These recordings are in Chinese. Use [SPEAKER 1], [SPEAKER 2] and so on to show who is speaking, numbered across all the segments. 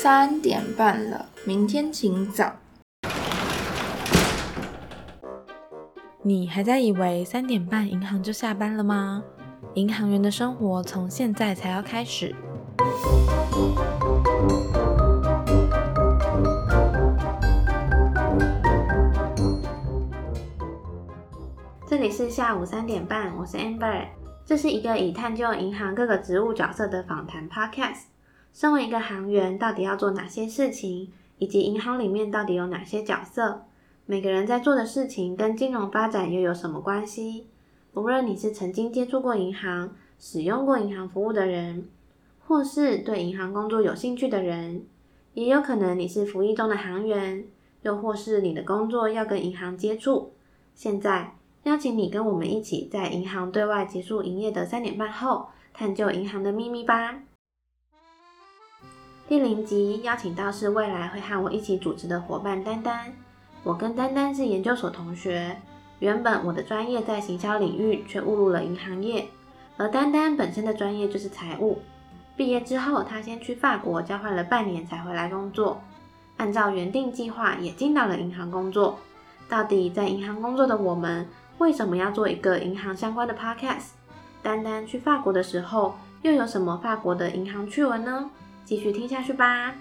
[SPEAKER 1] 3:30了，明天请早。
[SPEAKER 2] 你还在以为3:30银行就下班了吗？银行员的生活从现在才要开始。
[SPEAKER 3] 这里是下午3:30，我是 Amber。这是一个以探究银行各个职务角色的访谈 podcast。身为一个行员，到底要做哪些事情，以及银行里面到底有哪些角色？每个人在做的事情跟金融发展又有什么关系？无论你是曾经接触过银行、使用过银行服务的人，或是对银行工作有兴趣的人，也有可能你是服役中的行员，又或是你的工作要跟银行接触。现在邀请你跟我们一起在银行对外结束营业的3:30后，探究银行的秘密吧。第0集邀请到是未来会和我一起主持的伙伴丹丹。我跟丹丹是研究所同学，原本我的专业在行销领域，却误入了银行业，而丹丹本身的专业就是财务。毕业之后，她先去法国交换了半年才回来工作，按照原定计划也进到了银行工作。到底在银行工作的我们，为什么要做一个银行相关的 podcast？ 丹丹去法国的时候，又有什么法国的银行趣闻呢？继续听下去吧。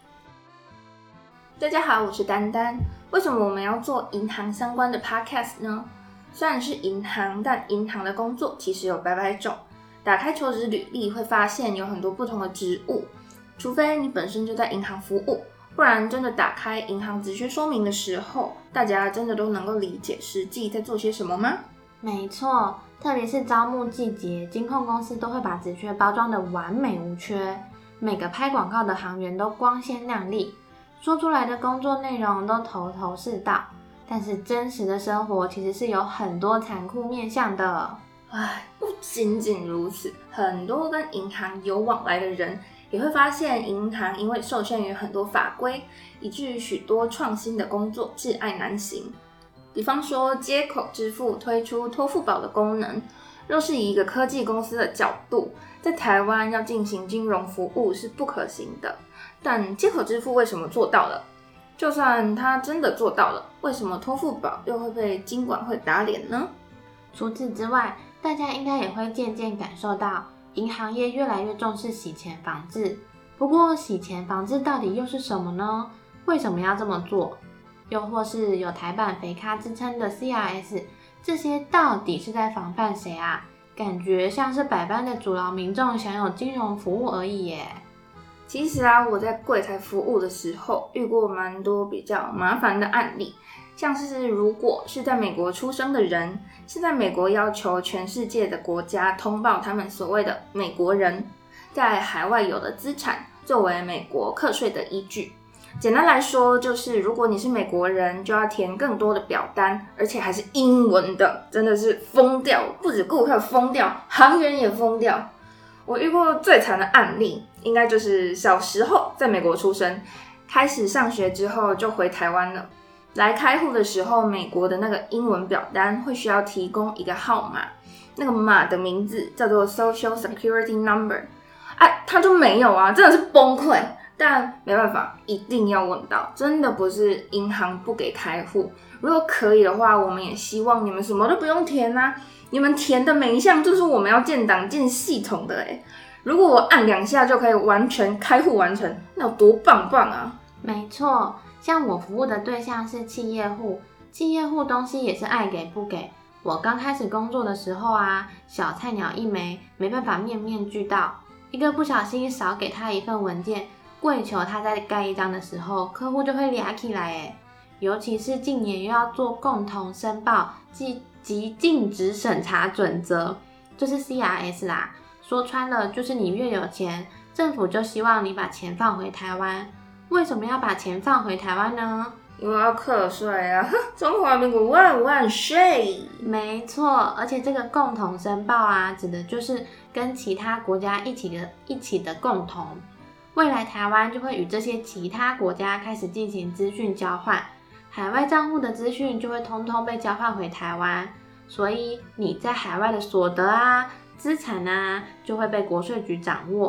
[SPEAKER 1] 大家好，我是丹丹。为什么我们要做银行相关的 podcast 呢？虽然是银行，但银行的工作其实有百百种。打开求职履历会发现有很多不同的职务，除非你本身就在银行服务，不然真的打开银行职缺说明的时候，大家真的都能够理解实际在做些什么吗？
[SPEAKER 3] 没错，特别是招募季节，金控公司都会把职缺包装得完美无缺，每个拍广告的行员都光鲜亮丽，说出来的工作内容都头头是道，但是真实的生活其实是有很多残酷面向的。
[SPEAKER 1] 不仅仅如此，很多跟银行有往来的人也会发现，银行因为受限于很多法规，以至于许多创新的工作窒碍难行。比方说接口支付推出托付宝的功能，若是以一个科技公司的角度，在台湾要进行金融服务是不可行的。但接口支付为什么做到了？就算它真的做到了，为什么托付宝又会被金管会打脸呢？
[SPEAKER 3] 除此之外，大家应该也会渐渐感受到，银行业越来越重视洗钱防治。不过洗钱防治到底又是什么呢？为什么要这么做？又或是有台版肥咖之称的 CRS， 这些到底是在防范谁啊？感觉像是百般的阻挠民众享有金融服务而已耶。
[SPEAKER 1] 其实我在柜台服务的时候遇过蛮多比较麻烦的案例，像是如果是在美国出生的人，现在美国要求全世界的国家通报他们所谓的美国人在海外有的资产，作为美国课税的依据。简单来说，就是如果你是美国人，就要填更多的表单，而且还是英文的，真的是疯掉，不止顾客疯掉，行员也疯掉。我遇过最惨的案例，应该就是小时候在美国出生，开始上学之后就回台湾了。来开户的时候，美国的那个英文表单会需要提供一个号码，那个码的名字叫做 Social Security Number， 他就没有真的是崩溃。但没办法，一定要问到，真的不是银行不给开户。如果可以的话，我们也希望你们什么都不用填你们填的每一项就是我们要建档建系统的如果我按2下就可以完全开户完成，那有多棒啊！
[SPEAKER 3] 没错，像我服务的对象是企业户，企业户东西也是爱给不给。我刚开始工作的时候小菜鸟一枚，没办法面面俱到，一个不小心少给他一份文件，跪求他在盖一张的时候，客户就会俩起来尤其是近年又要做共同申报及尽职审查准则，就是 CRS 啦。说穿了就是你越有钱，政府就希望你把钱放回台湾。为什么要把钱放回台湾呢？
[SPEAKER 1] 因为要课税中华民国万万岁！
[SPEAKER 3] 没错，而且这个共同申报指的就是跟其他国家一起的共同。未来台湾就会与这些其他国家开始进行资讯交换，海外账户的资讯就会通通被交换回台湾，所以你在海外的所得资产就会被国税局掌握。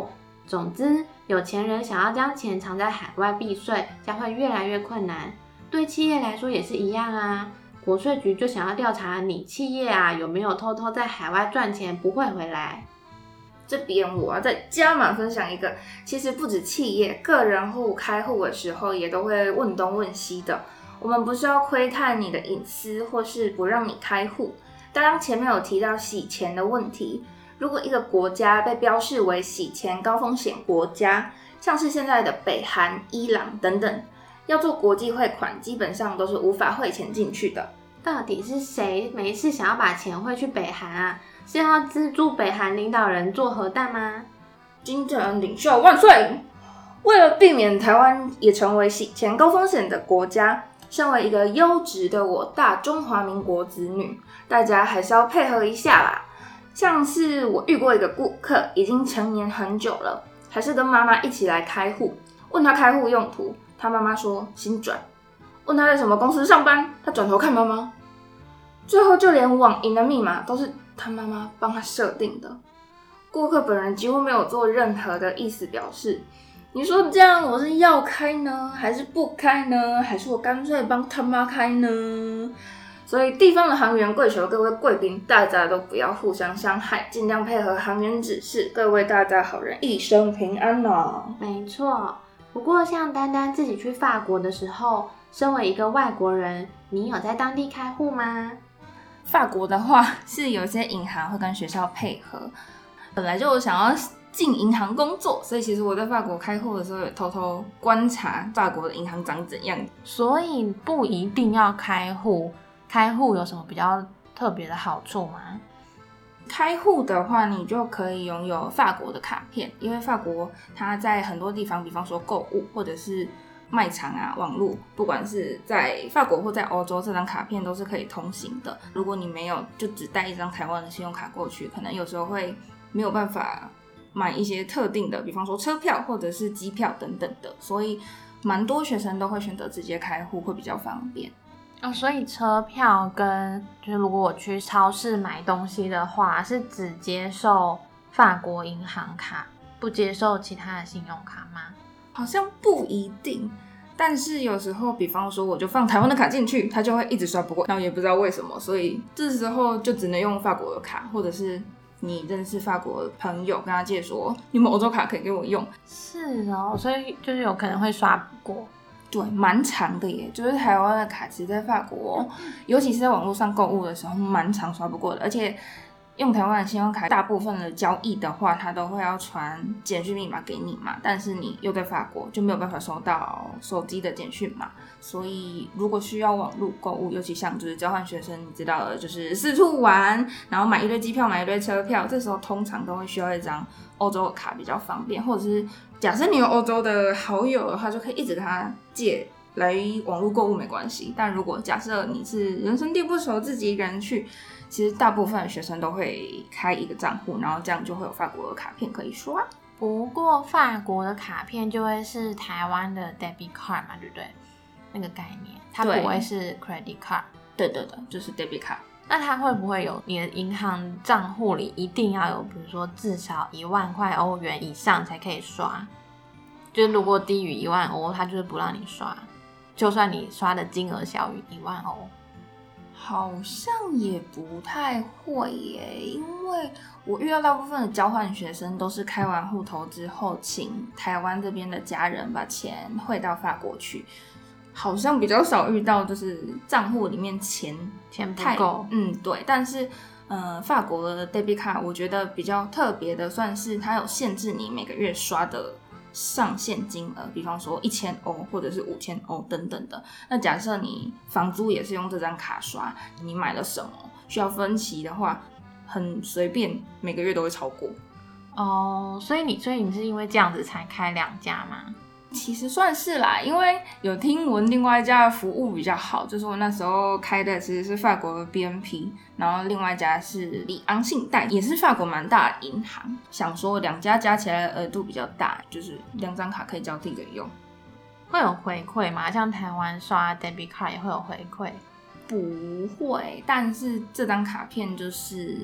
[SPEAKER 3] 总之，有钱人想要将钱藏在海外避税，将会越来越困难。对企业来说也是一样啊。国税局就想要调查你企业啊有没有偷偷在海外赚钱不汇回来。
[SPEAKER 1] 这边我要再加码分享一个，其实不止企业，个人户开户的时候也都会问东问西的。我们不是要窥探你的隐私，或是不让你开户。刚刚前面有提到洗钱的问题，如果一个国家被标示为洗钱高风险国家，像是现在的北韩、伊朗等等，要做国际汇款，基本上都是无法汇钱进去的。
[SPEAKER 3] 到底是谁没事想要把钱汇去北韩啊？是要资助北韩领导人做核弹吗？
[SPEAKER 1] 金正恩领袖万岁！为了避免台湾也成为洗钱高风险的国家，身为一个优质的我大中华民国子女，大家还是要配合一下啦。像是我遇过一个顾客，已经成年很久了，还是跟妈妈一起来开户，问他开户用途，他妈妈说新转，问他在什么公司上班，他转头看妈妈，最后就连网银的密码都是他妈妈帮他设定的。顾客本人几乎没有做任何的意思表示。你说这样我是要开呢，还是不开呢？还是我干脆帮他妈开呢？所以地方的行员跪求各位贵宾，大家都不要互相伤害，尽量配合行员指示，各位大家好人一生平安啊。
[SPEAKER 3] 没错，不过像丹丹自己去法国的时候，身为一个外国人，你有在当地开户吗？
[SPEAKER 1] 法国的话是有些银行会跟学校配合，本来就有想要进银行工作，所以其实我在法国开户的时候也偷偷观察法国的银行长怎样。
[SPEAKER 2] 所以不一定要开户，开户有什么比较特别的好处吗？
[SPEAKER 1] 开户的话，你就可以拥有法国的卡片，因为法国它在很多地方，比方说购物或者是卖场啊、网络，不管是在法国或在欧洲，这张卡片都是可以通行的。如果你没有，就只带一张台湾的信用卡过去，可能有时候会没有办法买一些特定的，比方说车票或者是机票等等的，所以蛮多学生都会选择直接开户，会比较方便。
[SPEAKER 2] 所以车票跟就是如果我去超市买东西的话，是只接受法国银行卡，不接受其他的信用卡吗？
[SPEAKER 1] 好像不一定，但是有时候比方说我就放台湾的卡进去，它就会一直刷不过，然后也不知道为什么，所以这时候就只能用法国的卡，或者是你认识法国的朋友跟他借说你们欧洲卡可以给我用。
[SPEAKER 2] 是哦，所以就是有可能会刷不过。
[SPEAKER 1] 对，蛮长的耶，就是台湾的卡其实在法国尤其是在网络上购物的时候蛮常刷不过的，而且用台湾的信用卡大部分的交易的话，它都会要传简讯密码给你嘛，但是你又在法国就没有办法收到手机的简讯码，所以如果需要网络购物，尤其像就是交换学生，你知道的，就是四处玩，然后买一堆机票买一堆车票，这时候通常都会需要一张欧洲的卡比较方便，或者是假设你有欧洲的好友的话，就可以一直跟他借来网络购物没关系，但如果假设你是人生地不熟，自己一个人去，其实大部分的学生都会开一个账户，然后这样就会有法国的卡片可以刷。
[SPEAKER 2] 不过法国的卡片就会是台湾的 debit card 嘛，对不对？那个概念，它不会是 credit card。
[SPEAKER 1] 对对对，就是 debit card。
[SPEAKER 2] 那它会不会有你的银行账户里一定要有，比如说至少1万块欧元以上才可以刷？就是如果低于1万欧，它就是不让你刷，就算你刷的金额小于1万欧。
[SPEAKER 1] 好像也不太会耶，因为我遇到大部分的交换学生都是开完户头之后，请台湾这边的家人把钱汇到法国去，好像比较少遇到就是账户里面钱
[SPEAKER 2] 不够。
[SPEAKER 1] 对，但是法国的 debit card 我觉得比较特别的，算是它有限制你每个月刷的上限金额，比方说1000欧或者是5000欧等等的。那假设你房租也是用这张卡刷，你买了什么需要分期的话，很随便，每个月都会超过。
[SPEAKER 2] 所以你是因为这样子才开2家吗？
[SPEAKER 1] 其实算是啦，因为有听闻另外一家的服务比较好，就是我那时候开的其实是法国的 BNP， 然后另外一家是里昂信贷，也是法国蛮大的银行，想说2家加起来的额度比较大，就是2张卡可以交替着用。
[SPEAKER 2] 会有回馈吗？像台湾刷 debit card 也会有回馈？
[SPEAKER 1] 不会，但是这张卡片就是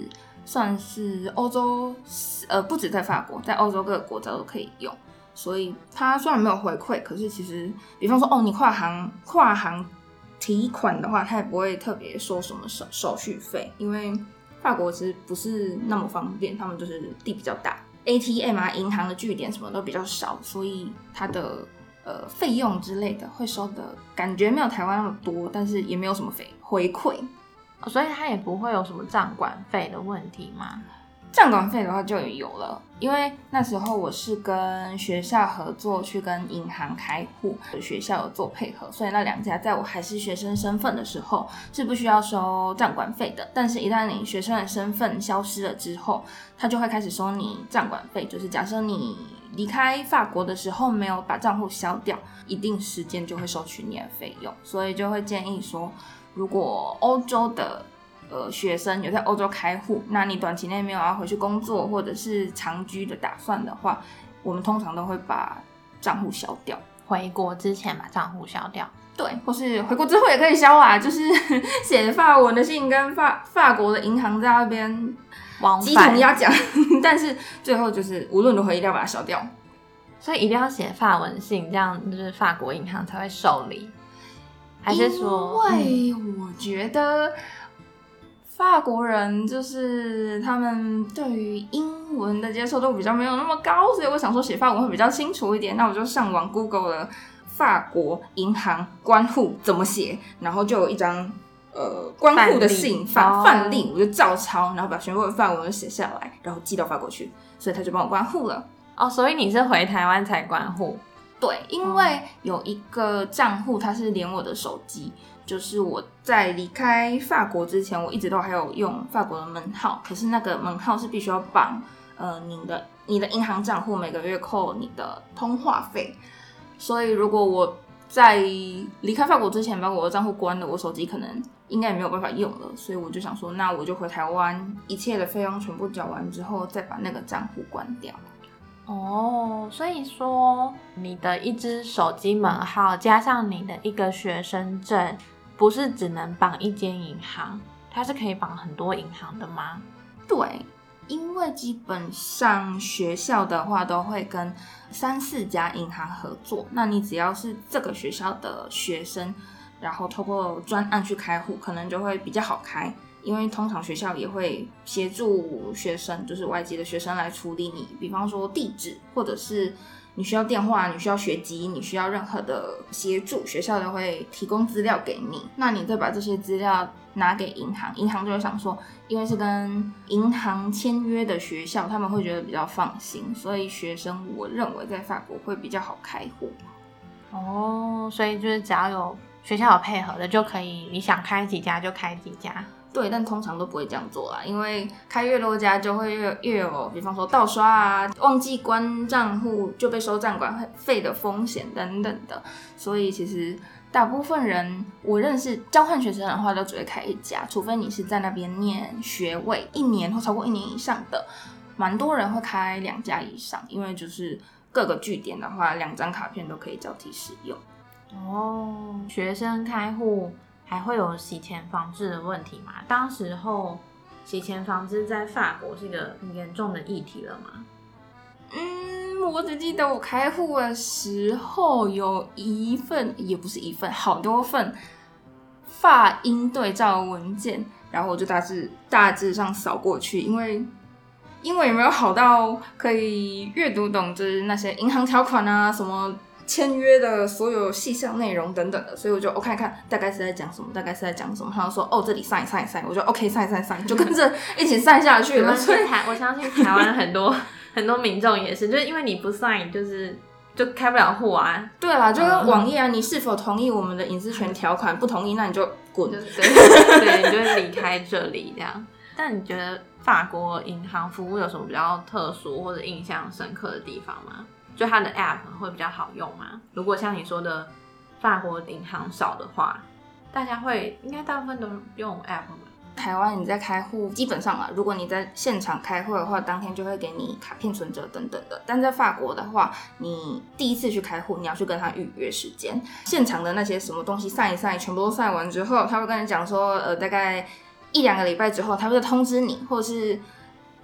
[SPEAKER 1] 算是欧洲不止在法国，在欧洲各个国家都可以用。所以它虽然没有回馈，可是其实比方说你跨行提款的话，它也不会特别收什么手续费，因为法国其实不是那么方便，他们就是地比较大， ATM 啊银行的据点什么都比较少，所以它的费用之类的会收的感觉没有台湾那么多，但是也没有什么回馈，
[SPEAKER 2] 所以它也不会有什么账管费的问题吗？
[SPEAKER 1] 账管费的话就有了，因为那时候我是跟学校合作去跟银行开户，学校有做配合，所以那两家在我还是学生身份的时候是不需要收账管费的。但是一旦你学生的身份消失了之后，他就会开始收你账管费，就是假设你离开法国的时候没有把账户消掉，一定时间就会收取你的费用，所以就会建议说，如果欧洲的学生有在欧洲开户，那你短期内没有要回去工作或者是长居的打算的话，我们通常都会把账户消掉。
[SPEAKER 2] 回国之前把账户消掉，
[SPEAKER 1] 对，或是回国之后也可以消啊，就是写法文的信跟法国的银行在那边鸡同鸭讲，但是最后就是无论如何一定要把它消掉。
[SPEAKER 2] 所以一定要写法文信，这样就是法国银行才会受理，还是说？
[SPEAKER 1] 因为我觉得法国人就是他们对于英文的接受度比较没有那么高，所以我想说写法文会比较清楚一点，那我就上网 Google 了法国银行关户怎么写，然后就有一张关户的信范例，我就照抄，然后把全部的法文写下来，然后寄到法国去，所以他就帮我关户了。
[SPEAKER 2] 所以你是回台湾才关户？
[SPEAKER 1] 对，因为有一个账户它是连我的手机，就是我在离开法国之前，我一直都还有用法国的门号，可是那个门号是必须要绑你的银行账户每个月扣你的通话费，所以如果我在离开法国之前把我的账户关了，我手机可能应该也没有办法用了，所以我就想说，那我就回台湾，一切的费用全部缴完之后，再把那个账户关掉。
[SPEAKER 2] 所以说你的一支手机门号加上你的一个学生证，不是只能绑一间银行，它是可以绑很多银行的吗？
[SPEAKER 1] 对，因为基本上学校的话都会跟3-4家银行合作，那你只要是这个学校的学生，然后透过专案去开户，可能就会比较好开。因为通常学校也会协助学生，就是外籍的学生来处理你，比方说地址，或者是你需要电话，你需要学籍，你需要任何的协助，学校都会提供资料给你。那你再把这些资料拿给银行，银行就会想说，因为是跟银行签约的学校，他们会觉得比较放心，所以学生我认为在法国会比较好开户。
[SPEAKER 2] 所以就是只要有学校有配合的就可以，你想开几家就开几家。
[SPEAKER 1] 对，但通常都不会这样做啦，因为开越多家就会越有，比方说盗刷啊、忘记关账户就被收账管费的风险等等的，所以其实大部分人我认识交换学生的话都只会开一家，除非你是在那边念学位1年或超过1年以上的，蛮多人会开2家以上，因为就是各个据点的话2张卡片都可以交替使用。
[SPEAKER 2] 学生开户还会有洗钱防治的问题吗？当时候洗钱防治在法国是一个很严重的议题了吗？
[SPEAKER 1] 我只记得我开户的时候有一份，也不是一份，好多份法英对照文件，然后我就大致上扫过去，因为英文也没有好到可以阅读懂就是那些银行条款啊什么签约的所有细项内容等等的，所以我就看一看大概是在讲什么，他就说这里sign，我就 OK sign， 就跟着一起sign下去了。所以
[SPEAKER 2] 我相信台湾很多很多民众也是，就是因为你不 sign 就开不了户啊。
[SPEAKER 1] 对啦，就跟网页啊，你是否同意我们的隐私权条款？不同意，那你就滚。
[SPEAKER 2] 对，你就会离开这里这样。但你觉得法国银行服务有什么比较特殊或者印象深刻的地方吗？就它的 app 会比较好用吗？如果像你说的法国银行少的话，应该大部分都用 app 吗？
[SPEAKER 1] 台湾你在开户基本上如果你在现场开户的话，当天就会给你卡片存折等等的，但在法国的话，你第一次去开户你要去跟他预约时间，现场的那些什么东西sign一sign全部都sign完之后，他会跟你讲说大概1-2个礼拜之后他会再通知你，或者是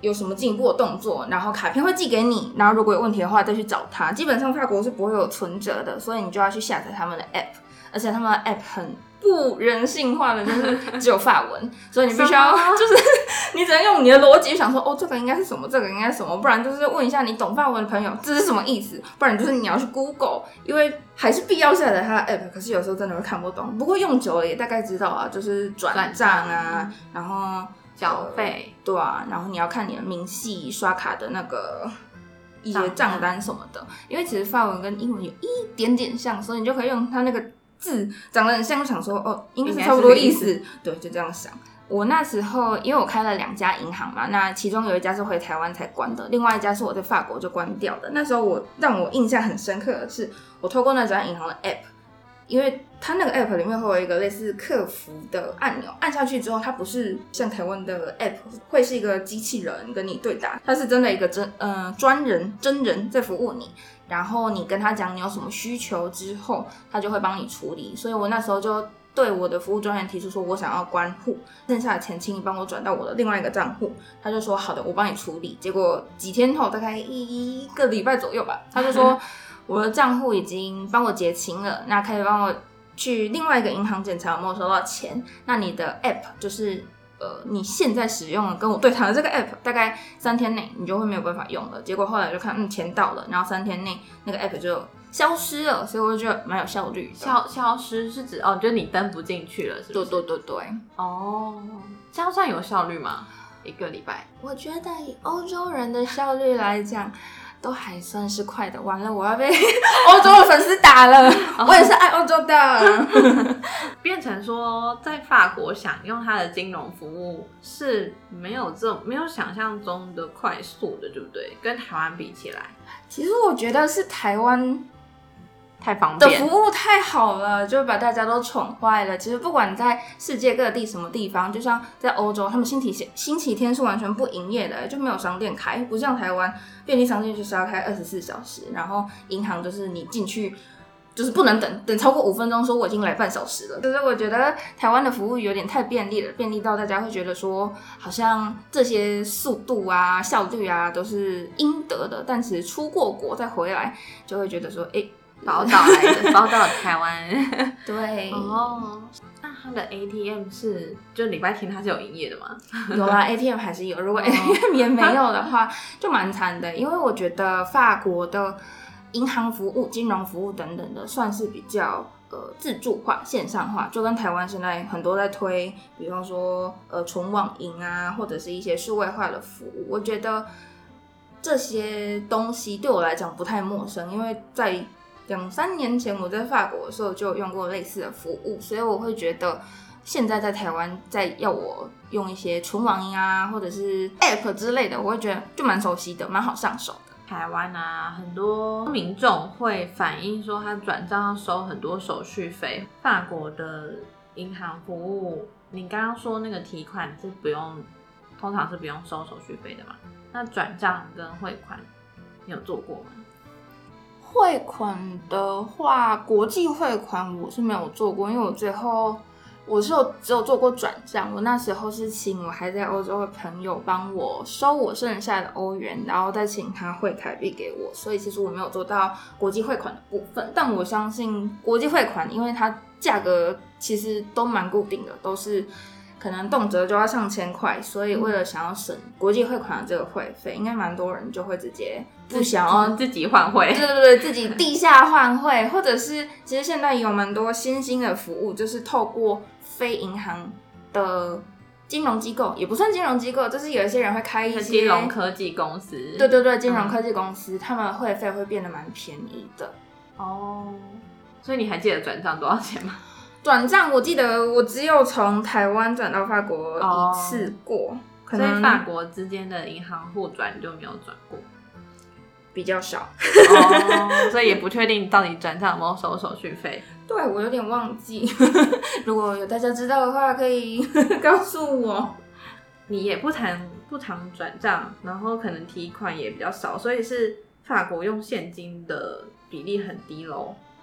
[SPEAKER 1] 有什么进一步的动作，然后卡片会寄给你，然后如果有问题的话再去找他。基本上法国是不会有存折的，所以你就要去下载他们的 app， 而且他们的 app 很不人性化的，就是只有法文，所以你必须要就是你只能用你的逻辑想说，哦，这个应该是什么，这个应该是什么，不然就是问一下你懂法文的朋友这是什么意思，不然就是你要去 Google， 因为还是必要下载他的 app， 可是有时候真的会看不懂。不过用久了也大概知道啊，就是转账啊，然后
[SPEAKER 2] 缴费，
[SPEAKER 1] 对啊，然后你要看你的明细、刷卡的那个一些账单什么的，因为其实法文跟英文有一点点像，所以你就可以用它那个字长得很像，想说哦，应该是差不多意思，对，就这样想。我那时候因为我开了2家银行嘛，那其中有一家是回台湾才关的，另外一家是我在法国就关掉的。那时候让我印象很深刻的是，我透过那家银行的 app， 因为它那个 app 里面会有一个类似客服的按钮，按下去之后，它不是像台湾的 app 会是一个机器人跟你对答，它是真的一个真人在服务你。然后你跟他讲你有什么需求之后，他就会帮你处理。所以我那时候就对我的服务专员提出说，我想要关户，剩下的钱请你帮我转到我的另外一个账户。他就说好的，我帮你处理。结果几天后，大概1个礼拜左右吧，他就说我的账户已经帮我结清了，那可以帮我去另外一个银行检查有没有收到钱。那你的 app 就是你现在使用跟我对谈的这个 app， 大概3天内你就会没有办法用了。结果后来就看钱到了，然后3天内那个 app 就消失了，所以我就觉得蛮有效率的。
[SPEAKER 2] 消失是指就是你登不进去了，是不是？
[SPEAKER 1] 对。
[SPEAKER 2] 哦，这样算有效率吗？1个礼拜？
[SPEAKER 1] 我觉得以欧洲人的效率来讲，都还算是快的。完了，我要被欧洲的粉丝打了。我也是爱欧洲的。
[SPEAKER 2] 变成说，在法国享用它的金融服务是没有想象中的快速的，对不对？跟台湾比起来，
[SPEAKER 1] 其实我觉得是台湾
[SPEAKER 2] 太方便
[SPEAKER 1] 的服务太好了，就把大家都宠坏了。其实不管在世界各地什么地方，就像在欧洲，他们星期天是完全不营业的，就没有商店开，不像台湾便利商店就是要开24小时，然后银行就是你进去就是不能等超过5分钟，说我已经来半小时了。就是我觉得台湾的服务有点太便利了，便利到大家会觉得说好像这些速度啊、效率啊都是应得的，但其实出过国再回来就会觉得说，
[SPEAKER 2] 宝岛来的，宝岛台湾。
[SPEAKER 1] 对
[SPEAKER 2] 哦，那它的 ATM 是就礼拜天它是有营业的吗？
[SPEAKER 1] 有啦，ATM 还是有。如果 ATM 也没有的话，就蛮惨的。因为我觉得法国的银行服务、金融服务等等的，算是比较自助化、线上化，就跟台湾现在很多在推，比方说纯网银啊，或者是一些数位化的服务。我觉得这些东西对我来讲不太陌生，因为在2-3年前我在法国的时候就有用过类似的服务，所以我会觉得现在在台湾再要我用一些纯网银啊或者是 App 之类的，我会觉得就蛮熟悉的，蛮好上手的。
[SPEAKER 2] 台湾啊，很多民众会反映说他转账要收很多手续费。法国的银行服务，你刚刚说那个提款是通常是不用收手续费的嘛？那转账跟汇款你有做过吗？
[SPEAKER 1] 汇款的话，国际汇款我是没有做过，因为我最后只有做过转账。我那时候是请我还在欧洲的朋友帮我收我剩下的欧元，然后再请他汇台币给我，所以其实我没有做到国际汇款的部分。但我相信国际汇款，因为它价格其实都蛮固定的，都是可能动辄就要上千块，所以为了想要省国际汇款的这个会费，应该蛮多人就会直接不想要
[SPEAKER 2] 自己换汇，
[SPEAKER 1] 对，自己地下换汇，或者是其实现在有蛮多新兴的服务，就是透过非银行的金融机构，也不算金融机构，就是有一些人会开一些
[SPEAKER 2] 金融科技公司，
[SPEAKER 1] 对，金融科技公司，他们的会费会变得蛮便宜的。
[SPEAKER 2] 哦，所以你还记得转账多少钱吗？
[SPEAKER 1] 转账我记得我只有从台湾转到法国一次过，可能
[SPEAKER 2] 所以法国之间的银行互转你就没有转过，
[SPEAKER 1] 比较少。
[SPEAKER 2] 所以也不确定到底转账有没有收手续费。
[SPEAKER 1] 对，我有点忘记。如果有大家知道的话，可以告诉我。
[SPEAKER 2] 你也不常转账，然后可能提款也比较少，所以是法国用现金的比例很低咯。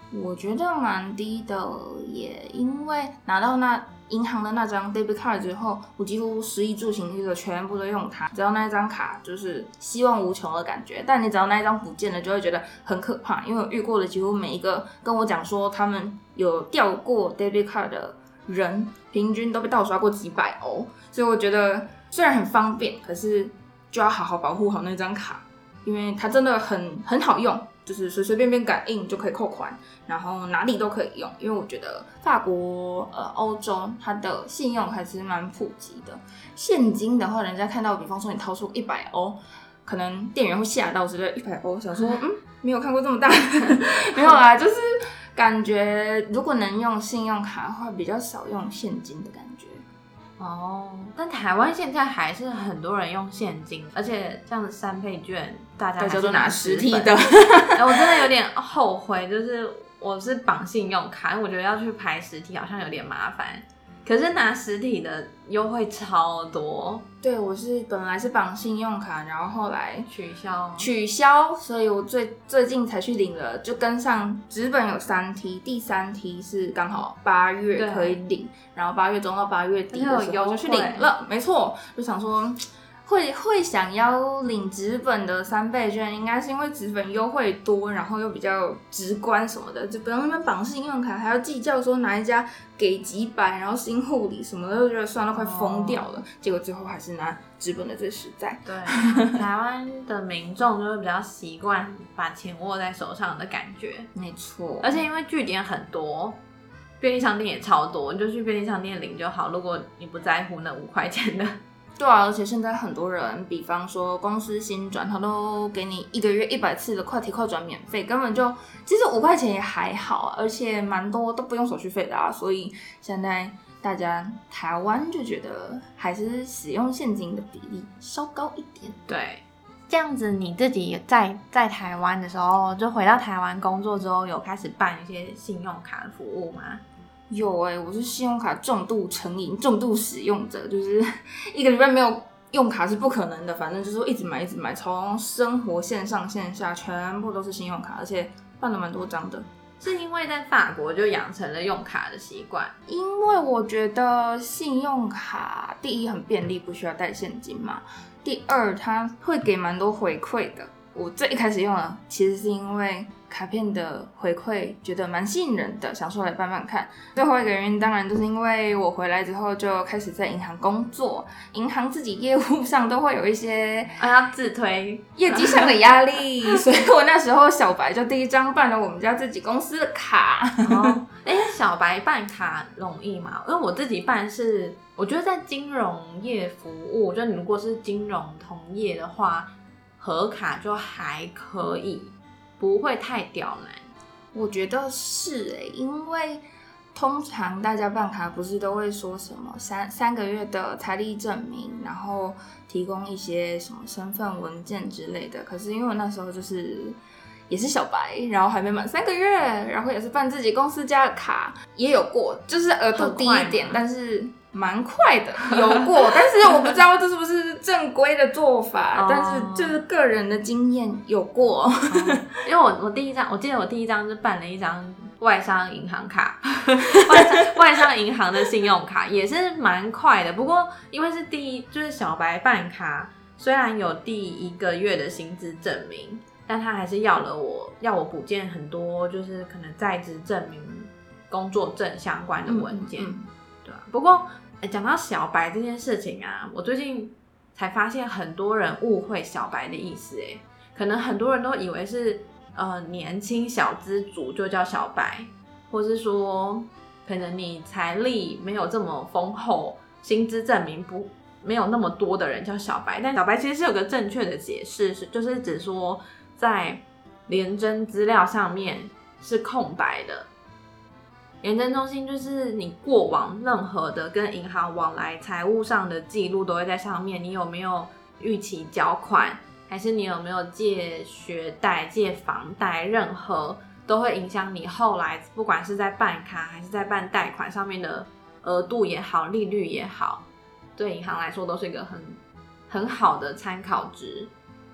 [SPEAKER 1] 我觉得蛮低的，也因为拿到那银行的那张 debit card 之后，我几乎食衣住行娱乐全部都用它。只要那一张卡就是希望无穷的感觉，但你只要那一张不见了，就会觉得很可怕。因为我遇过的几乎每一个跟我讲说他们有掉过 debit card 的人，平均都被盗刷过几百欧。所以我觉得虽然很方便，可是就要好好保护好那张卡，因为它真的很好用。就是随随便便感应就可以扣款，然后哪里都可以用。因为我觉得法国、欧洲它的信用还是蛮普及的。现金的话，人家看到，比方说你掏出100欧，可能店员会吓到之类，100欧，想说没有看过这么大，没有啦，就是感觉如果能用信用卡的话，比较少用现金的感觉。
[SPEAKER 2] 哦，但台湾现在还是很多人用现金，而且这样子3倍券，大家
[SPEAKER 1] 都拿实体的。
[SPEAKER 2] 我真的有点后悔，就是我是绑信用卡，因为我觉得要去排实体好像有点麻烦。可是拿实体的优惠超多。
[SPEAKER 1] 对，我是本来是绑信用卡，然后后来取消，所以我最近才去领了，就跟上纸本有3梯，第3梯是刚好8月可以领，然后8月中到8月底的时候就去领了，没错，就想说会想要领纸本的3倍券，应该是因为纸本优惠多，然后又比较直观什么的，就不用那边绑信用卡，还要计较说哪一家给几百，然后新护理什么的，就觉得算到快疯掉了。结果最后还是拿纸本的最实在。
[SPEAKER 2] 对，台湾的民众就会比较习惯把钱握在手上的感觉，
[SPEAKER 1] 没错。
[SPEAKER 2] 而且因为据点很多，便利商店也超多，你就去便利商店领就好。如果你不在乎那5块钱的。
[SPEAKER 1] 对啊，而且现在很多人，比方说公司新转，他都给你1个月100次的快提快转免费，根本就其实5块钱也还好，而且蛮多都不用手续费的啊。所以现在大家台湾就觉得还是使用现金的比例稍高一点。
[SPEAKER 2] 对，这样子你自己在台湾的时候，就回到台湾工作之后，有开始办一些信用卡的服务吗？
[SPEAKER 1] 有我是信用卡重度成瘾、重度使用者，就是1个礼拜没有用卡是不可能的，反正就是一直买，从生活线上线下全部都是信用卡，而且办了蛮多张的。
[SPEAKER 2] 是因为在法国就养成了用卡的习惯？
[SPEAKER 1] 因为我觉得信用卡第一很便利，不需要带现金嘛，第二它会给蛮多回馈的。我最一开始用了，其实是因为卡片的回馈觉得蛮吸引人的，想说来办办看。最后一个原因当然就是因为我回来之后就开始在银行工作，银行自己业务上都会有一些
[SPEAKER 2] 要自推
[SPEAKER 1] 业绩上的压力，所以我那时候小白就第一张办了我们家自己公司的卡。
[SPEAKER 2] 小白办卡容易吗？因为我自己办是，我觉得在金融业服务，就你如果是金融同业的话，核卡就还可以，不会太刁难。
[SPEAKER 1] 我觉得是因为通常大家办卡不是都会说什么三个月的财力证明，然后提供一些什么身份文件之类的。可是因为我那时候也是小白，然后还没满3个月，然后也是办自己公司家的卡，也有过，就是额度低一点，但是蛮快的，有过，但是我不知道这是不是正规的做法，但是就是个人的经验有过。
[SPEAKER 2] 因为我第一张，我记得我第一张是办了一张外商银行卡，外商银行的信用卡也是蛮快的，不过因为是就是小白办卡，虽然有第1个月的薪资证明，但他还是要我补件很多，就是可能在职证明、工作证相关的文件，对吧？不过讲到小白这件事情啊，我最近才发现很多人误会小白的意思，可能很多人都以为是年轻小资族就叫小白，或是说可能你财力没有这么丰厚，薪资证明没有那么多的人叫小白。但小白其实是有个正确的解释，就是指说在联征资料上面是空白的。联征中心就是你过往任何的跟银行往来财务上的记录都会在上面，你有没有逾期缴款，还是你有没有借学贷、借房贷，任何都会影响你后来不管是在办卡还是在办贷款上面的额度也好、利率也好，对银行来说都是一个很好的参考值。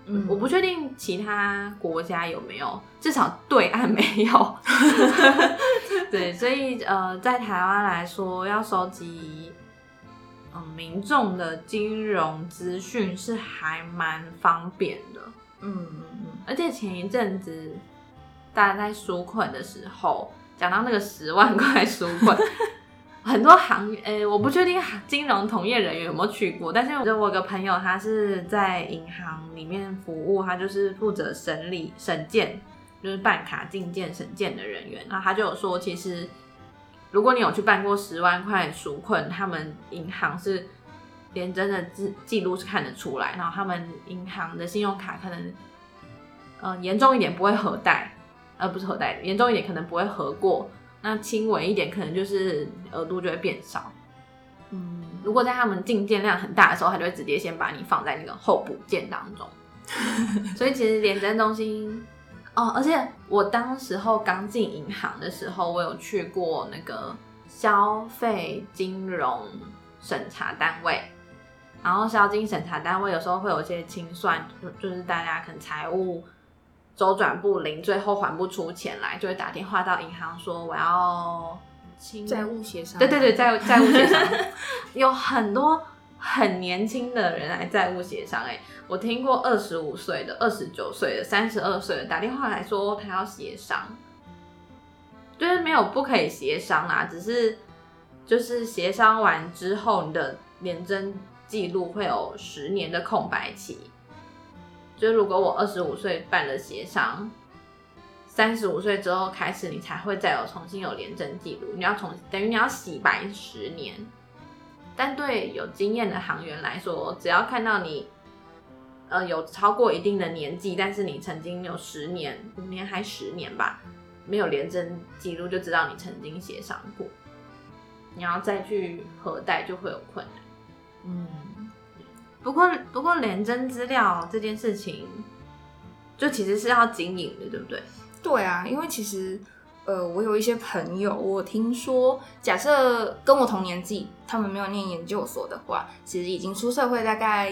[SPEAKER 2] 我不确定其他国家有没有，至少对岸没有。对，所以在台湾来说，要收集民众的金融资讯是还蛮方便的。而且前一阵子大家在纾困的时候，讲到那个10万块纾困。很多我不确定金融从业人员有没有去过，但是我有个朋友，他是在银行里面服务，他就是负责审件，就是办卡进件审件的人员。然后他就有说，其实如果你有去办过10万块纾困，他们银行是连真的记录是看得出来，然后他们银行的信用卡可能严重一点不会核贷，不是核贷，严重一点可能不会核过。那轻微一点，可能就是额度就会变少。如果在他们进件量很大的时候，他就会直接先把你放在那个候补件当中。所以其实联征中心而且我当时候刚进银行的时候，我有去过那个消费金融审查单位，然后消金审查单位有时候会有一些清算，就是大家可能财务周转不灵，最后还不出钱来，就会打电话到银行说我要
[SPEAKER 1] 债务协商。
[SPEAKER 2] 对，债务协商。有很多很年轻的人来债务协商，我听过25岁的、29岁的、32岁的打电话来说他要协商，就是没有不可以协商啦，只是就是协商完之后，你的联征记录会有10年的空白期。就是如果我25岁办了协商，35岁之后开始，你才会再重新有联征记录，等于你要洗白10年。但对有经验的行员来说，只要看到你有超过一定的年纪，但是你曾经有5年还10年吧，没有联征记录，就知道你曾经协商过。你要再去核贷就会有困难。不过联征资料这件事情，就其实是要经营的，对不对？
[SPEAKER 1] 对啊，因为其实我有一些朋友，我听说，假设跟我同年纪，他们没有念研究所的话，其实已经出社会大概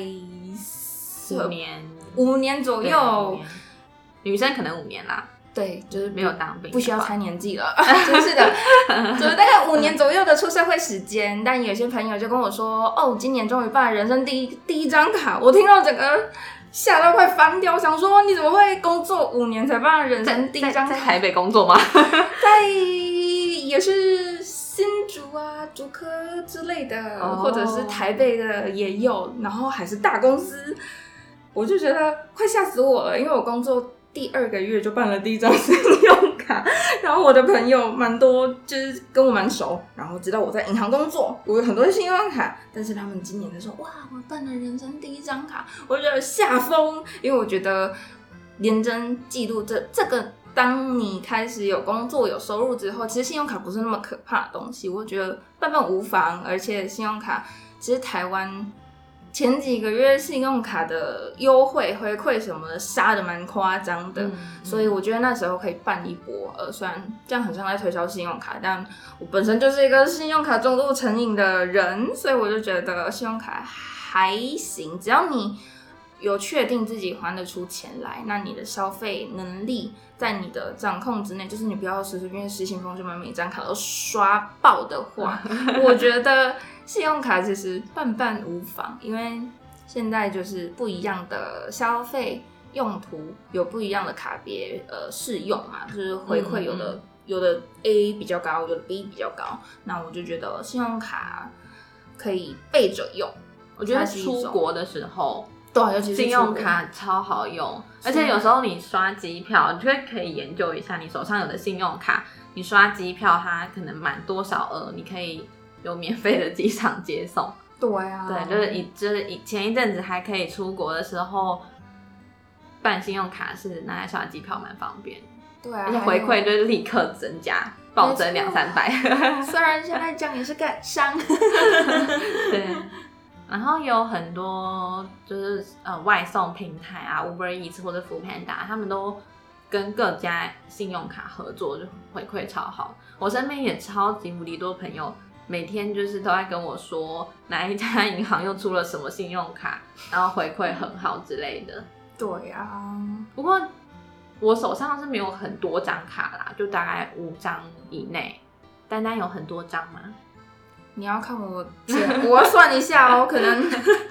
[SPEAKER 1] 5年左右，
[SPEAKER 2] 女生可能5年啦。
[SPEAKER 1] 对，就是
[SPEAKER 2] 没有当兵，
[SPEAKER 1] 不需要猜年纪了，真是的，就是大概5年左右的出社会时间。但有些朋友就跟我说，今年终于办了人生第一张卡，我听到整个吓到快翻掉，想说你怎么会工作5年才办了人生第一张卡？
[SPEAKER 2] 在台北工作吗？
[SPEAKER 1] 在也是新竹啊、竹科之类的，或者是台北的也有，然后还是大公司，我就觉得快吓死我了，因为我工作第2个月就办了第一张信用卡，然后我的朋友蛮多，就是跟我蛮熟，然后知道我在银行工作，我有很多信用卡，但是他们今年就说，哇，我办了人生第一张卡，我就觉得吓疯，因为我觉得联征记录这个，当你开始有工作有收入之后，其实信用卡不是那么可怕的东西，我觉得办无妨，而且信用卡其实台湾前几个月信用卡的优惠回馈什么的杀的蛮夸张的，所以我觉得那时候可以办一波。虽然这样很像在推销信用卡，但我本身就是一个信用卡重度成瘾的人，所以我就觉得信用卡还行，只要你有确定自己还得出钱来，那你的消费能力在你的掌控之内，就是你不要随随便便失心疯就把每一张卡都刷爆的话，我觉得信用卡其实办无妨，因为现在就是不一样的消费用途，有不一样的卡别适用嘛，就是回馈有的 A 比较高，有的 B 比较高，那我就觉得信用卡可以备着用。
[SPEAKER 2] 我觉得出国的时候，
[SPEAKER 1] 对，尤其是
[SPEAKER 2] 信用卡超好用，而且有时候你刷机票，你就可以研究一下你手上有的信用卡，你刷机票它可能满多少额，你可以有免费的机场接送。
[SPEAKER 1] 对啊，
[SPEAKER 2] 对，就是前一阵子还可以出国的时候，办信用卡是拿来刷机票蛮方便。
[SPEAKER 1] 对啊，
[SPEAKER 2] 而且回馈就是立刻增加，暴增200-300。
[SPEAKER 1] 虽然现在这样也是感伤。
[SPEAKER 2] 对。然后有很多就是外送平台啊 ，Uber Eats 或者 Foodpanda， 他们都跟各家信用卡合作，就回馈超好。我身边也超级无敌多朋友，每天就是都在跟我说哪一家银行又出了什么信用卡，然后回馈很好之类的。
[SPEAKER 1] 对啊，
[SPEAKER 2] 不过我手上是没有很多张卡啦，就大概5张以内。丹丹有很多张吗？
[SPEAKER 1] 你要看我算一下哦，可能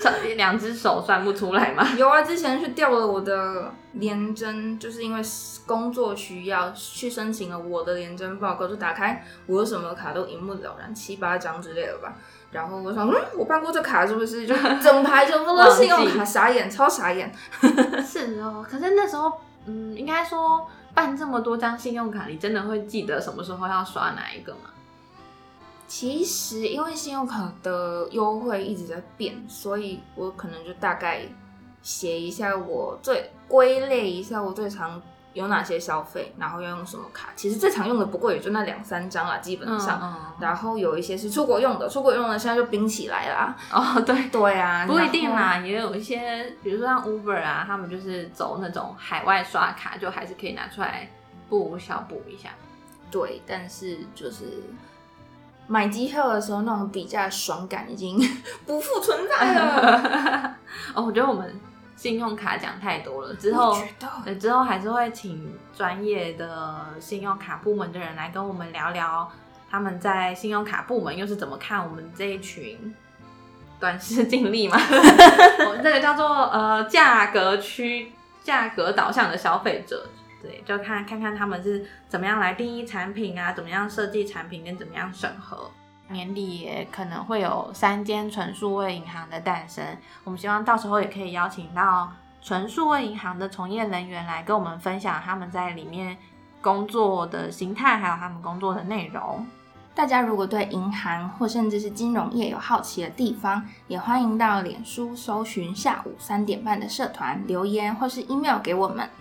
[SPEAKER 2] 2只手算不出来吗？
[SPEAKER 1] 有啊，之前去调了我的联征，就是因为工作需要去申请了我的联征报告，就打开我有什么卡都一目了然，7、8张之类的吧。然后我想，我办过这卡是不是？就整排全部都是信用卡，傻眼，超傻眼。
[SPEAKER 2] 是哦，可是那时候，应该说办这么多张信用卡，你真的会记得什么时候要刷哪一个吗？
[SPEAKER 1] 其实因为信用卡的优惠一直在变，所以我可能就大概写一下归类一下我最常有哪些消费，然后要用什么卡。其实最常用的不过也就那2-3张啦，基本上。然后有一些是出国用的现在就冰起来啦。
[SPEAKER 2] 哦，对
[SPEAKER 1] 啊，
[SPEAKER 2] 不一定啦，也有一些，比如说像 Uber 啊，他们就是走那种海外刷卡，就还是可以拿出来小补一下。
[SPEAKER 1] 对，但是就是买机票的时候那种底价的爽感已经不复存在了。
[SPEAKER 2] 我觉得我们信用卡讲太多了，之后还是会请专业的信用卡部门的人来跟我们聊聊他们在信用卡部门又是怎么看我们这一群短视近利嘛。我们这个叫做价格导向的消费者。对，就看看他们是怎么样来定义产品啊，怎么样设计产品，跟怎么样审核。年底也可能会有3间纯数位银行的诞生，我们希望到时候也可以邀请到纯数位银行的从业人员来跟我们分享他们在里面工作的形态，还有他们工作的内容。
[SPEAKER 1] 大家如果对银行或甚至是金融业有好奇的地方，也欢迎到脸书搜寻下午3点半的社团留言或是 email 给我们。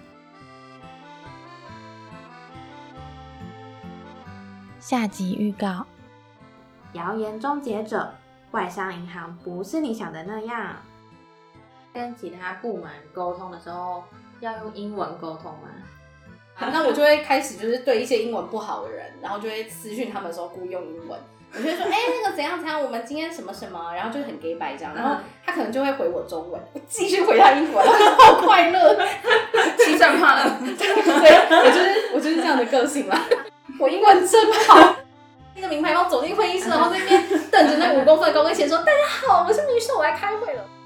[SPEAKER 2] 下集预告：
[SPEAKER 3] 谣言终结者，外商银行不是你想的那样。跟其他部门沟通的时候，要用英文沟通吗？
[SPEAKER 4] 那我就会开始就是对一些英文不好的人，然后就会私讯他们的时候故意用英文，我就会说，那个怎样怎样，我们今天什么什么，然后就很 gay 白这样，然后他可能就会回我中文，我继续回他英文，然后好快乐，
[SPEAKER 1] 欺善怕恶。
[SPEAKER 4] 对，我就是这样的个性啦。我英文真好。那个名牌包走进会议室，然后在那边瞪着那5公分的高跟鞋说：“大家好，我是女士，我来开会了。”